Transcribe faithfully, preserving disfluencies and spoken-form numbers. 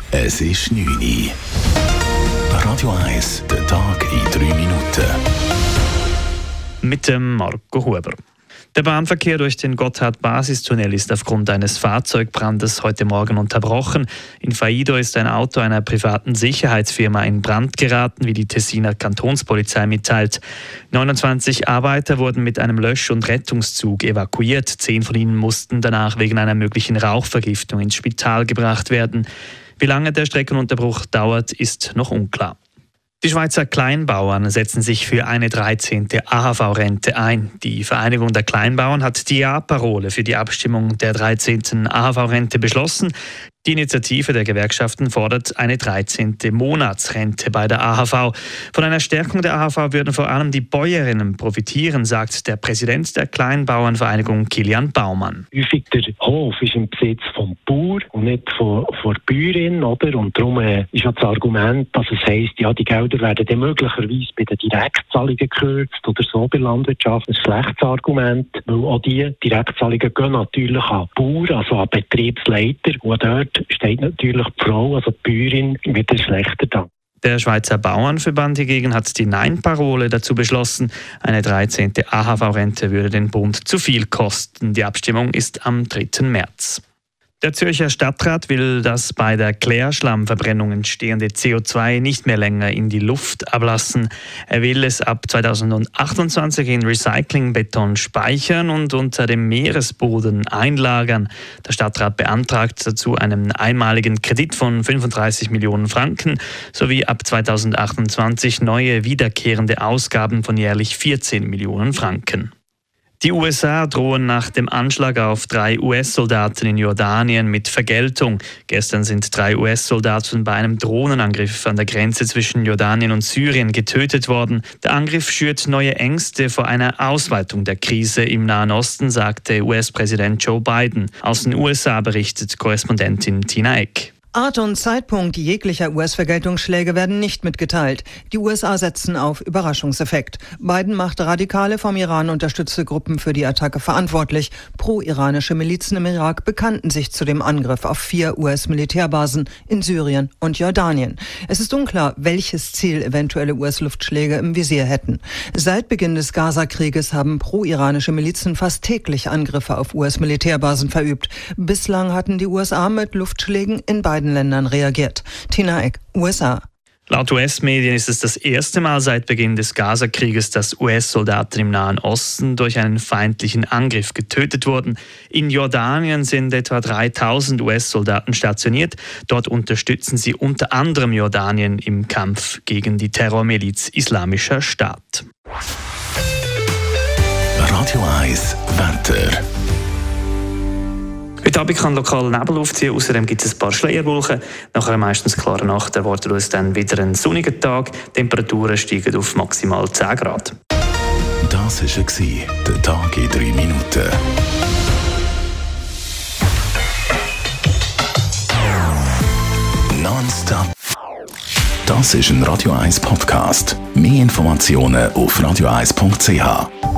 Es ist neun Uhr. Radio eins, der Tag in drei Minuten. Mit dem Marco Huber. Der Bahnverkehr durch den Gotthard-Basistunnel ist aufgrund eines Fahrzeugbrandes heute Morgen unterbrochen. In Faido ist ein Auto einer privaten Sicherheitsfirma in Brand geraten, wie die Tessiner Kantonspolizei mitteilt. neunundzwanzig Arbeiter wurden mit einem Lösch- und Rettungszug evakuiert. Zehn von ihnen mussten danach wegen einer möglichen Rauchvergiftung ins Spital gebracht werden. Wie lange der Streckenunterbruch dauert, ist noch unklar. Die Schweizer Kleinbauern setzen sich für eine dreizehnte A H V-Rente ein. Die Vereinigung der Kleinbauern hat die Ja-Parole für die Abstimmung der dreizehnten A H V-Rente beschlossen. Die Initiative der Gewerkschaften fordert eine dreizehnte Monatsrente bei der A H V. Von einer Stärkung der A H V würden vor allem die Bäuerinnen profitieren, sagt der Präsident der Kleinbauernvereinigung Kilian Baumann. Häufig der Hof ist im Besitz vom Bauer und nicht von, von der Bäuerin, oder? Und darum äh, ist ja das Argument, dass es heisst, ja, die Gelder werden dann möglicherweise bei den Direktzahlungen gekürzt oder so bei der Landwirtschaft. Ein schlechtes Argument, weil auch die Direktzahlungen gehen natürlich an Bauern, also an Betriebsleiter, und dort steht natürlich die Frau, also die Bäuerin, wieder schlechter da. Der Schweizer Bauernverband hingegen hat die Nein-Parole dazu beschlossen. Eine dreizehnte A H V-Rente würde den Bund zu viel kosten. Die Abstimmung ist am dritten März. Der Zürcher Stadtrat will das bei der Klärschlammverbrennung entstehende C O zwei nicht mehr länger in die Luft ablassen. Er will es ab zweitausendachtundzwanzig in Recyclingbeton speichern und unter dem Meeresboden einlagern. Der Stadtrat beantragt dazu einen einmaligen Kredit von fünfunddreißig Millionen Franken sowie ab zweitausendachtundzwanzig neue wiederkehrende Ausgaben von jährlich vierzehn Millionen Franken. Die U S A drohen nach dem Anschlag auf drei U S-Soldaten in Jordanien mit Vergeltung. Gestern sind drei U S-Soldaten bei einem Drohnenangriff an der Grenze zwischen Jordanien und Syrien getötet worden. Der Angriff schürt neue Ängste vor einer Ausweitung der Krise im Nahen Osten, sagte U S-Präsident Joe Biden. Aus den U S A berichtet Korrespondentin Tina Eck. Art und Zeitpunkt jeglicher U S-Vergeltungsschläge werden nicht mitgeteilt. Die U S A setzen auf Überraschungseffekt. Biden macht radikale, vom Iran unterstützte Gruppen für die Attacke verantwortlich. Pro-iranische Milizen im Irak bekannten sich zu dem Angriff auf vier U S-Militärbasen in Syrien und Jordanien. Es ist unklar, welches Ziel eventuelle U S-Luftschläge im Visier hätten. Seit Beginn des Gaza-Krieges haben pro-iranische Milizen fast täglich Angriffe auf U S-Militärbasen verübt. Bislang hatten die U S A mit Luftschlägen in beiden Ländern reagiert. Tina Eck, U S A. Laut U S-Medien ist es das erste Mal seit Beginn des Gaza-Krieges, dass U S-Soldaten im Nahen Osten durch einen feindlichen Angriff getötet wurden. In Jordanien sind etwa dreitausend U S-Soldaten stationiert. Dort unterstützen sie unter anderem Jordanien im Kampf gegen die Terrormiliz Islamischer Staat. Radio eins Wetter. Heute Abend kann lokal Nebel aufziehen, außerdem gibt es ein paar Schleierwolken. Nach einer meistens klaren Nacht erwartet uns dann wieder einen sonnigen Tag. Die Temperaturen steigen auf maximal zehn Grad. Das war der Tag in drei Minuten. Nonstop. Das ist ein Radio eins Podcast. Mehr Informationen auf radio eins punkt c h.